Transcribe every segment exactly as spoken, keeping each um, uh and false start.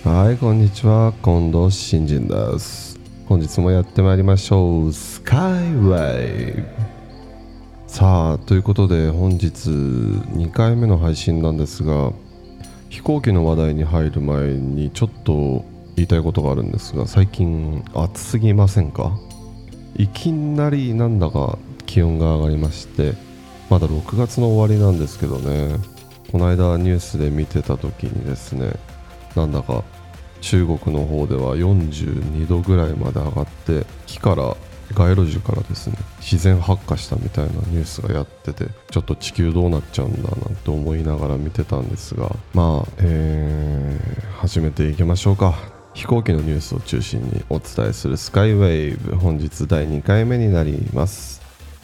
はい、こんにちは、近藤新人です。本日もやってまいりましょう、スカイウェイブ。さあ、ということで本日にかいめの配信なんですが、飛行機の話題に入る前にちょっと言いたいことがあるんですが、最近暑すぎませんか？いきなりなんだか気温が上がりまして、まだろくがつの終わりなんですけどね、この間ニュースで見てた時にですね、なんだか中国の方ではよんじゅうにどぐらいまで上がって、木から街路樹からですね自然発火したみたいなニュースがやってて、ちょっと地球どうなっちゃうんだなんて思いながら見てたんですが、まあ、えー、始めていきましょうか。飛行機のニュースを中心にお伝えするスカイウェイブ、本日だいにかいめになります。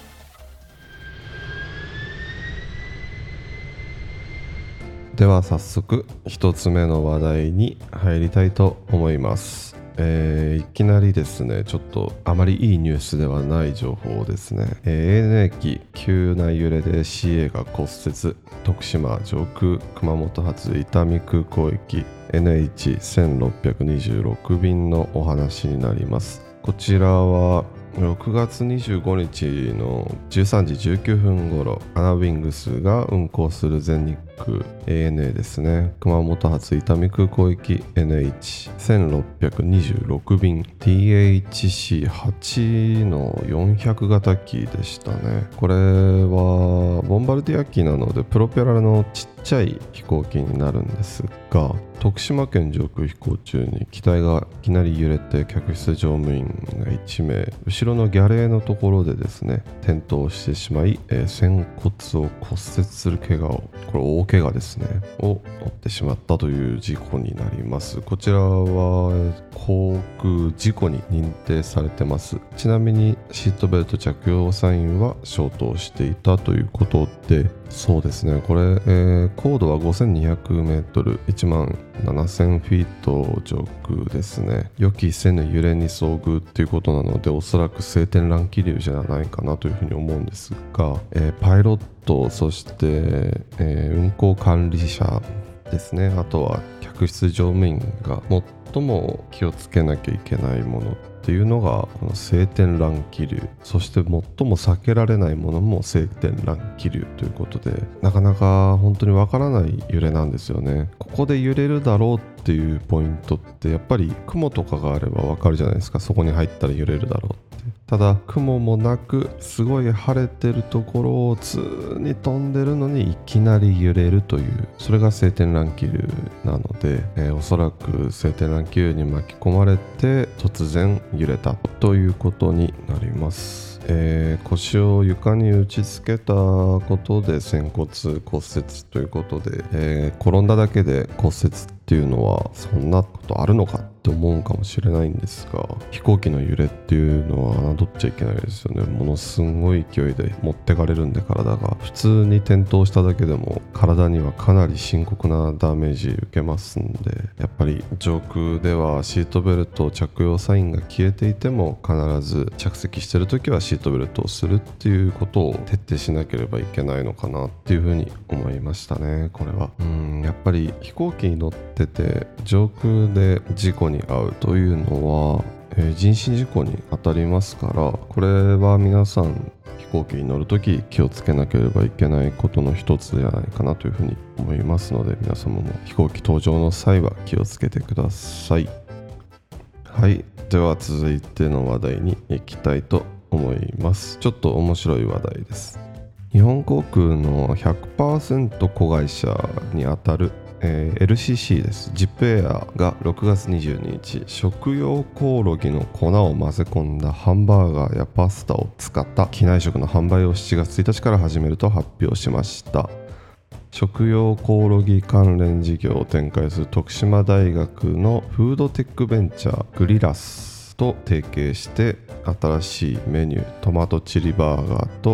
では早速ひとつめの話題に入りたいと思います。えー、いきなりですね、ちょっとあまりいいニュースではない情報ですね。えー、エーエヌエー 機急な揺れで シーエー が骨折、徳島上空熊本発伊丹空港行き エヌエイチせんろっぴゃくにじゅうろく 便のお話になります。こちらはろくがつにじゅうごにちのじゅうさんじじゅうきゅうふん頃、アナウィングスが運航する全日空 エーエヌエー ですね、熊本発伊丹空港行き エヌエイチせんろっぴゃくにじゅうろく 便 ティーエイチシーはち のよんひゃく型機でしたね。これはボンバルディア機なのでプロペラのちっちゃい飛行機になるんですが、徳島県上空飛行中に機体がいきなり揺れて、客室乗務員がいちめい後ろのギャレーのところでですね転倒してしまい、えー、船骨を骨折する怪我を、これ大怪我ですねを負ってしまったという事故になります。こちらは航空事故に認定されてます。ちなみにシートベルト着用サインは消灯していたということで、そうですね、これ、えー、高度はごせんにひゃくメートル、いちまんななせんフィート上空ですね。予期せぬ揺れに遭遇ということなので、おそらく晴天乱気流じゃないかなというふうに思うんですが、えー、パイロット、そして、えー、運航管理者ですね、あとは客室乗務員が最も気をつけなきゃいけないものっていうのがこの晴天乱気流、そして最も避けられないものも晴天乱気流ということで、なかなか本当にわからない揺れなんですよね。ここで揺れるだろうっていうポイントってやっぱり雲とかがあればわかるじゃないですか。そこに入ったら揺れるだろうって。ただ雲もなくすごい晴れてるところを普通に飛んでるのにいきなり揺れるという、それが晴天乱気流なので、えー、おそらく晴天乱気流に巻き込まれて突然揺れたということになります。えー、腰を床に打ちつけたことで仙骨骨折ということで、えー、転んだだけで骨折っていうのはそんなことあるのかって思うかもしれないんですが、飛行機の揺れっていうのは侮っちゃいけないですよね。ものすごい勢いで持ってかれるんで、体が普通に転倒しただけでも体にはかなり深刻なダメージ受けますんで、やっぱり上空ではシートベルト着用サインが消えていても必ず着席してるときはシートベルトをするっていうことを徹底しなければいけないのかなっていうふうに思いましたね。これはうんやっぱり飛行機に乗ってて上空で事故に遭うというのは、えー、人身事故に当たりますから、これは皆さん飛行機に乗るとき気をつけなければいけないことの一つじゃないかなというふうに思いますので、皆様も飛行機搭乗の際は気をつけてください。はい、では続いての話題に行きたいと思います。ちょっと面白い話題です。日本航空の ひゃくパーセント 子会社にあたるえー、エルシーシー です。ジップエアがろくがつにじゅうににち、食用コオロギの粉を混ぜ込んだハンバーガーやパスタを使った機内食の販売をしちがつついたちから始めると発表しました。食用コオロギ関連事業を展開する徳島大学のフードテックベンチャーグリラスと提携して、新しいメニュートマトチリバーガーと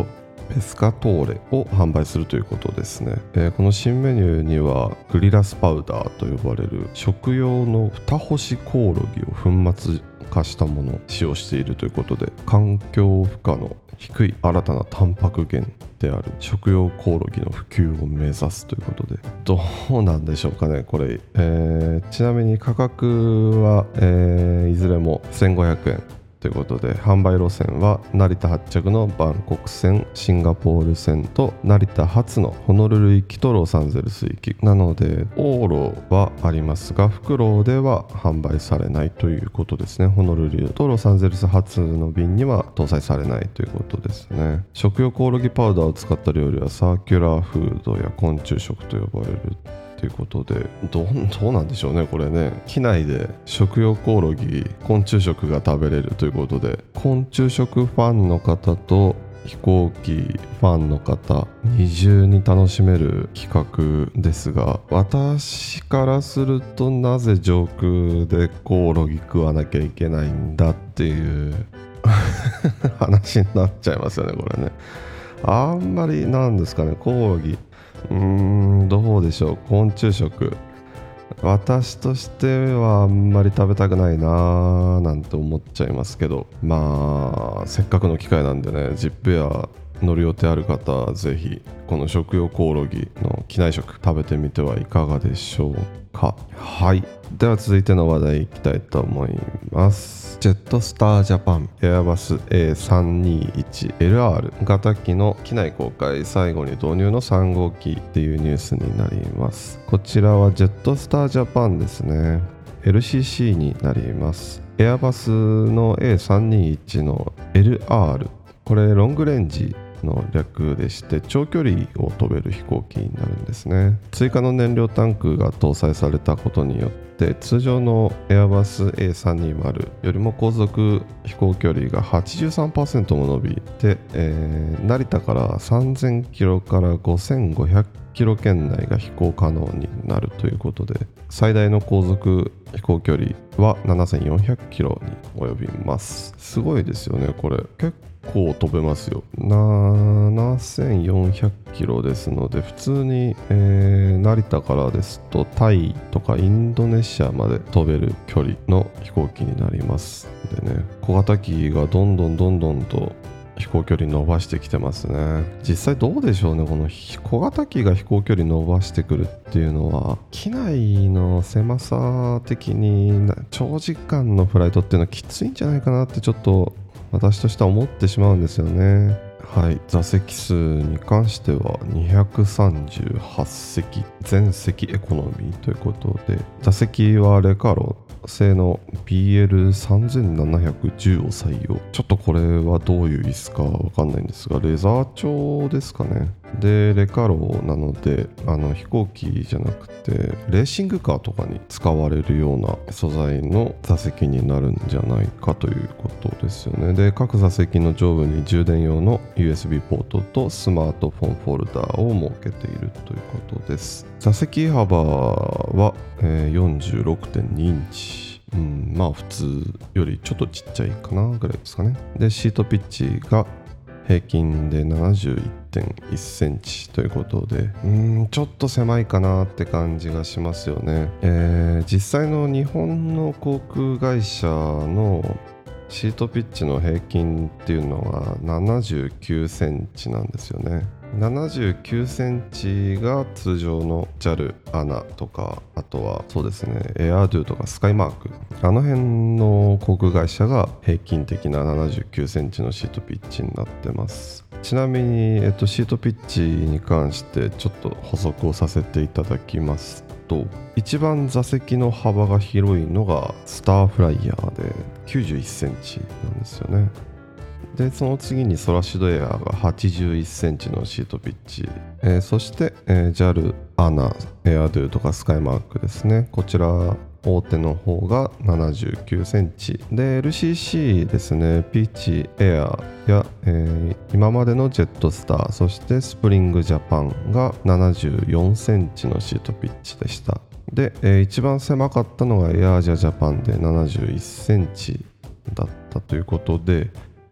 ペスカトーレを販売するということですね。えー、この新メニューにはグリラスパウダーと呼ばれる食用の二干しコオロギを粉末化したものを使用しているということで、環境負荷の低い新たなタンパク源である食用コオロギの普及を目指すということで、どうなんでしょうかねこれ、えー、ちなみに価格は、えー、いずれもせんごひゃくえんということで、販売路線は成田発着のバンコク線、シンガポール線と成田発のホノルル行きとロサンゼルス行きなので、往路はありますが復路では販売されないということですね。ホノルルとロサンゼルス発の便には搭載されないということですね。食用コオロギパウダーを使った料理はサーキュラーフードや昆虫食と呼ばれるということで、どう、どうなんでしょうねこれね。機内で食用コオロギ、昆虫食が食べれるということで、昆虫食ファンの方と飛行機ファンの方二重に楽しめる企画ですが、私からするとなぜ上空でコオロギ食わなきゃいけないんだっていう話になっちゃいますよねこれね。あんまりなんですかね、コオロギうーんどうでしょう。昆虫食私としてはあんまり食べたくないなーなんて思っちゃいますけど、まあせっかくの機会なんでね、ジップエア乗る予定ある方はぜひこの食用コオロギの機内食食べてみてはいかがでしょうか。はい、では続いての話題いきたいと思います。ジェットスタージャパンエアバス エーさんにーいちエルアール 型機の機内公開最後に導入のさん号機っていうニュースになります。こちらはジェットスタージャパンですね。 エルシーシー になります。エアバスの エーさんにーいち の エルアール、 これロングレンジの略でして長距離を飛べる飛行機になるんですね。追加の燃料タンクが搭載されたことによって通常のエアバス エーさんにーまる よりも航続飛行距離が はちじゅうさんパーセント も伸びて、えー、成田からさんぜんキロからごせんごひゃくキロ圏内が飛行可能になるということで、最大の航続飛行距離はななせんよんひゃくキロに及びます。すごいですよねこれ。結構飛べますよ。ななせんよんひゃくキロですので、普通に、えー、成田からですとタイとかインドネシアまで飛べる距離の飛行機になります。でね、小型機がどんどんどんどんと飛行距離伸ばしてきてますね。実際どうでしょうね、この小型機が飛行距離伸ばしてくるっていうのは機内の狭さ的に長時間のフライトっていうのはきついんじゃないかなってちょっと私としては思ってしまうんですよね。はい、座席数に関してはにひゃくさんじゅうはち席、全席エコノミーということで、座席はレカロ製の ビーエルさんぜんななひゃくじゅう を採用。ちょっとこれはどういう椅子かわかんないんですが、レザー調ですかね。でレカロなので、あの飛行機じゃなくてレーシングカーとかに使われるような素材の座席になるんじゃないかということですよね。で各座席の上部に充電用の ユーエスビー ポートとスマートフォンフォルダーを設けているということです。座席幅は、えー、よんじゅうろくてんにインチ、うん、まあ普通よりちょっとちっちゃいかなぐらいですかね。でシートピッチが平均で ななじゅういってんいちセンチということで、うーんちょっと狭いかなって感じがしますよね。えー、実際の日本の航空会社のシートピッチの平均っていうのはななじゅうきゅうセンチなんですよね。ななじゅうきゅうセンチが通常の ジャル、アナ とか、あとはそうですねエアドゥとかスカイマーク、あの辺の航空会社が平均的なななじゅうきゅうセンチのシートピッチになってます。ちなみに、えっと、シートピッチに関してちょっと補足をさせていただきますと、一番座席の幅が広いのがスターフライヤーできゅうじゅういちセンチなんですよね。でその次にソラシドエアがはちじゅういちセンチのシートピッチ、えー、そして、えー、ジャル、アナ、エアドゥとかスカイマークですね。こちら大手の方がななじゅうきゅうセンチで エルシーシー ですね。ピーチエアや、えー、今までのジェットスター、そしてスプリングジャパンがななじゅうよんセンチのシートピッチでした。で、えー、一番狭かったのがエアージャジャパンでななじゅういちセンチだったということで、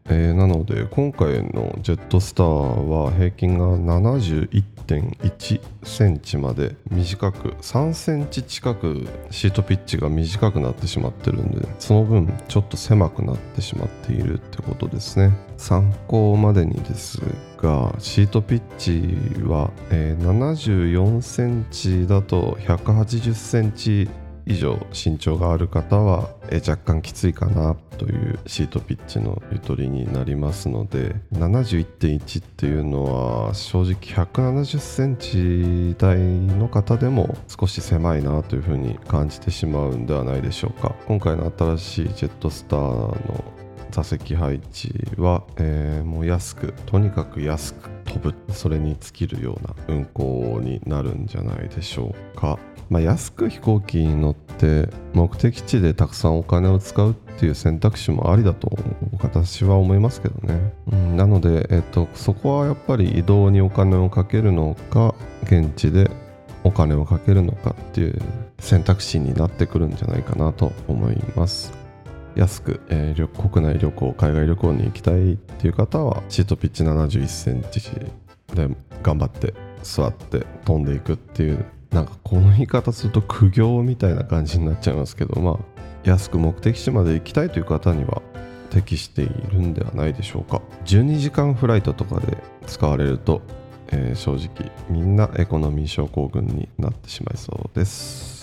えー、なので今回のジェットスターは平均が ななじゅういってんいちセンチまで短く、さんセンチ近くシートピッチが短くなってしまってるんで、その分ちょっと狭くなってしまっているってことですね。参考までにですが、シートピッチは、えー、ななじゅうよんセンチだとひゃくはちじゅっセンチ以上身長がある方は、えー、若干きついかなというシートピッチのゆとりになりますので、 ななじゅういってんいち っていうのは正直ひゃくななじゅっセンチ台の方でも少し狭いなというふうに感じてしまうんではないでしょうか。今回の新しいジェットスターの座席配置は、えー、もう安く、とにかく安く飛ぶ、それに尽きるような運航になるんじゃないでしょうか。まあ、安く飛行機に乗って目的地でたくさんお金を使うっていう選択肢もありだと私は思いますけどね、うん、なので、えっと、そこはやっぱり移動にお金をかけるのか現地でお金をかけるのかっていう選択肢になってくるんじゃないかなと思います。安く、えー、国内旅行、海外旅行に行きたいっていう方はシートピッチななじゅういっセンチで頑張って座って飛んでいくっていう、なんかこの言い方すると苦行みたいな感じになっちゃいますけど、まあ安く目的地まで行きたいという方には適しているんではないでしょうか。じゅうにじかんフライトとかで使われると、えー、正直みんなエコノミー症候群になってしまいそうです。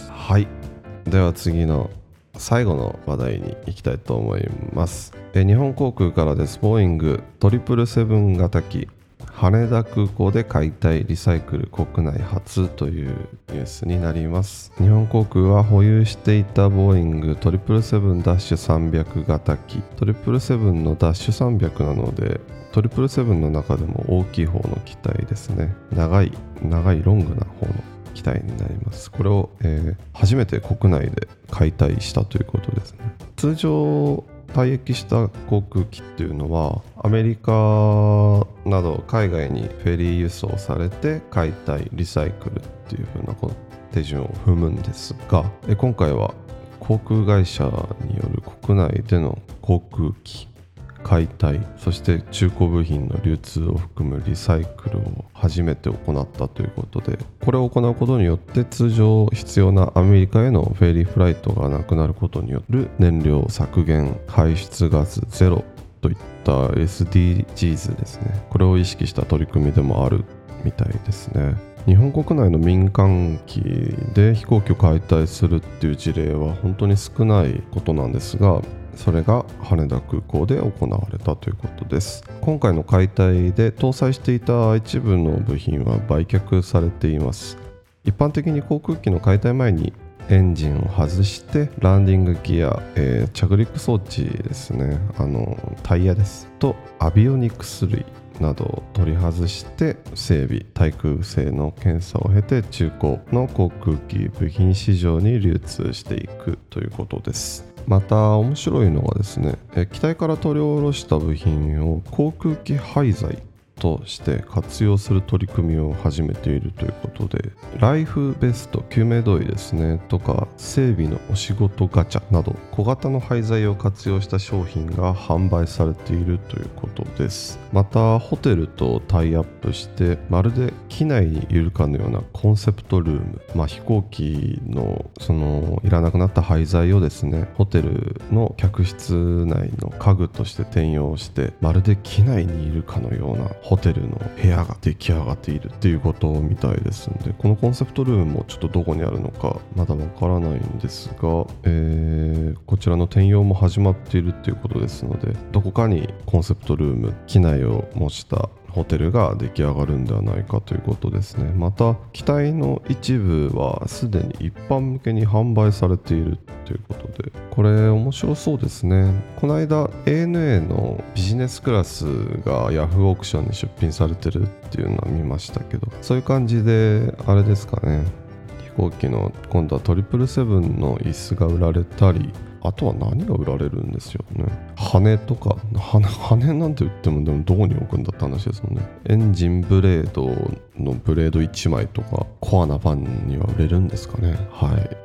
はい、では次の最後の話題に行きたいと思います。え日本航空からです。ボーイングトリプルセブン型機羽田空港で解体リサイクル国内初というニュースになります。日本航空は保有していたボーイングトリプルセブンダッシュさんびゃく型機、トリプルセブンのダッシュさんびゃくなのでトリプルセブンの中でも大きい方の機体ですね。長い長いロングな方の機体になります。これを、えー、初めて国内で解体したということですね。通常退役した航空機っていうのはアメリカなど海外にフェリー輸送されて解体リサイクルっていう風な手順を踏むんですが、え今回は航空会社による国内での航空機解体、そして中古部品の流通を含むリサイクルを初めて行ったということで、これを行うことによって通常必要なアメリカへのフェリーフライトがなくなることによる燃料削減、排出ガスゼロといった エスディージーズ ですね。これを意識した取り組みでもあるみたいですね。日本国内の民間機で飛行機を解体するっていう事例は本当に少ないことなんですが、それが羽田空港で行われたということです。今回の解体で搭載していた一部の部品は売却されています。一般的に航空機の解体前にエンジンを外してランディングギア、えー、着陸装置ですね、あのタイヤですとアビオニクス類などを取り外して整備、対空性の検査を経て中古の航空機部品市場に流通していくということです。また面白いのがですね、機体から取り下ろした部品を航空機廃材として活用する取り組みを始めているということで、ライフベスト、救命胴衣ですねとか整備のお仕事ガチャなど小型の廃材を活用した商品が販売されているということです。またホテルとタイアップしてまるで機内にいるかのようなコンセプトルーム、まあ、飛行機のそのいらなくなった廃材をですね、ホテルの客室内の家具として転用してまるで機内にいるかのようなホテルの部屋が出来上がっているっていうことみたいですので、このコンセプトルームもちょっとどこにあるのかまだわからないんですが、えー、こちらの転用も始まっているっていうことですので、どこかにコンセプトルーム、機内を模したホテルが出来上がるんではないかということですね。また機体の一部はすでに一般向けに販売されているということで、これ面白そうですね。この間 エーエヌエー のビジネスクラスがヤフーオークションに出品されてるっていうのは見ましたけど、そういう感じであれですかね、飛行機の今度はトリプルセブンの椅子が売られたり、あとは何が売られるんですよね。羽とか、羽、羽なんて言ってもでもどこに置くんだって話ですもんね。エンジンブレードのブレードいちまいとかコアなファンには売れるんですかね。はい。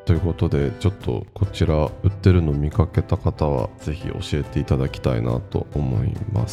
ということで、ちょっとこちら売ってるの見かけた方はぜひ教えていただきたいなと思います。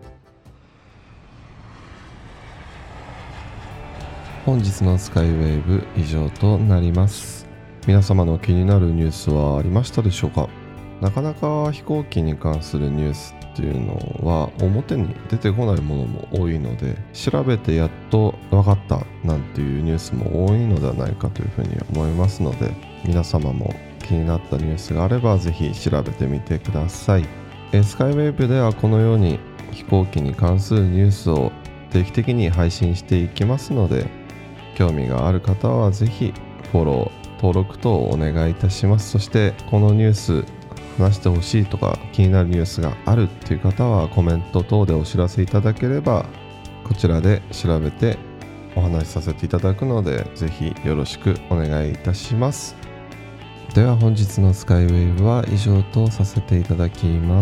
本日のスカイウェーブ以上となります。皆様の気になるニュースはありましたでしょうか？なかなか飛行機に関するニュースっていうのは表に出てこないものも多いので、調べてやっと分かったなんていうニュースも多いのではないかというふうに思いますので、皆様も気になったニュースがあればぜひ調べてみてください。えスカイウェーブではこのように飛行機に関するニュースを定期的に配信していきますので、興味がある方はぜひフォロー登録等をお願いいたします。そしてこのニュース話してほしいとか気になるニュースがあるっていう方はコメント等でお知らせいただければ、こちらで調べてお話しさせていただくので、ぜひよろしくお願いいたします。では本日のスカイウェーブは以上とさせていただきます。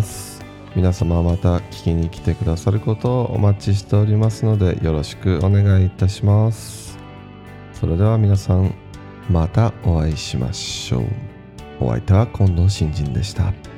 皆様また聞きに来てくださることをお待ちしておりますので、よろしくお願いいたします。それでは皆さんまたお会いしましょう。お相手は近藤新人でした。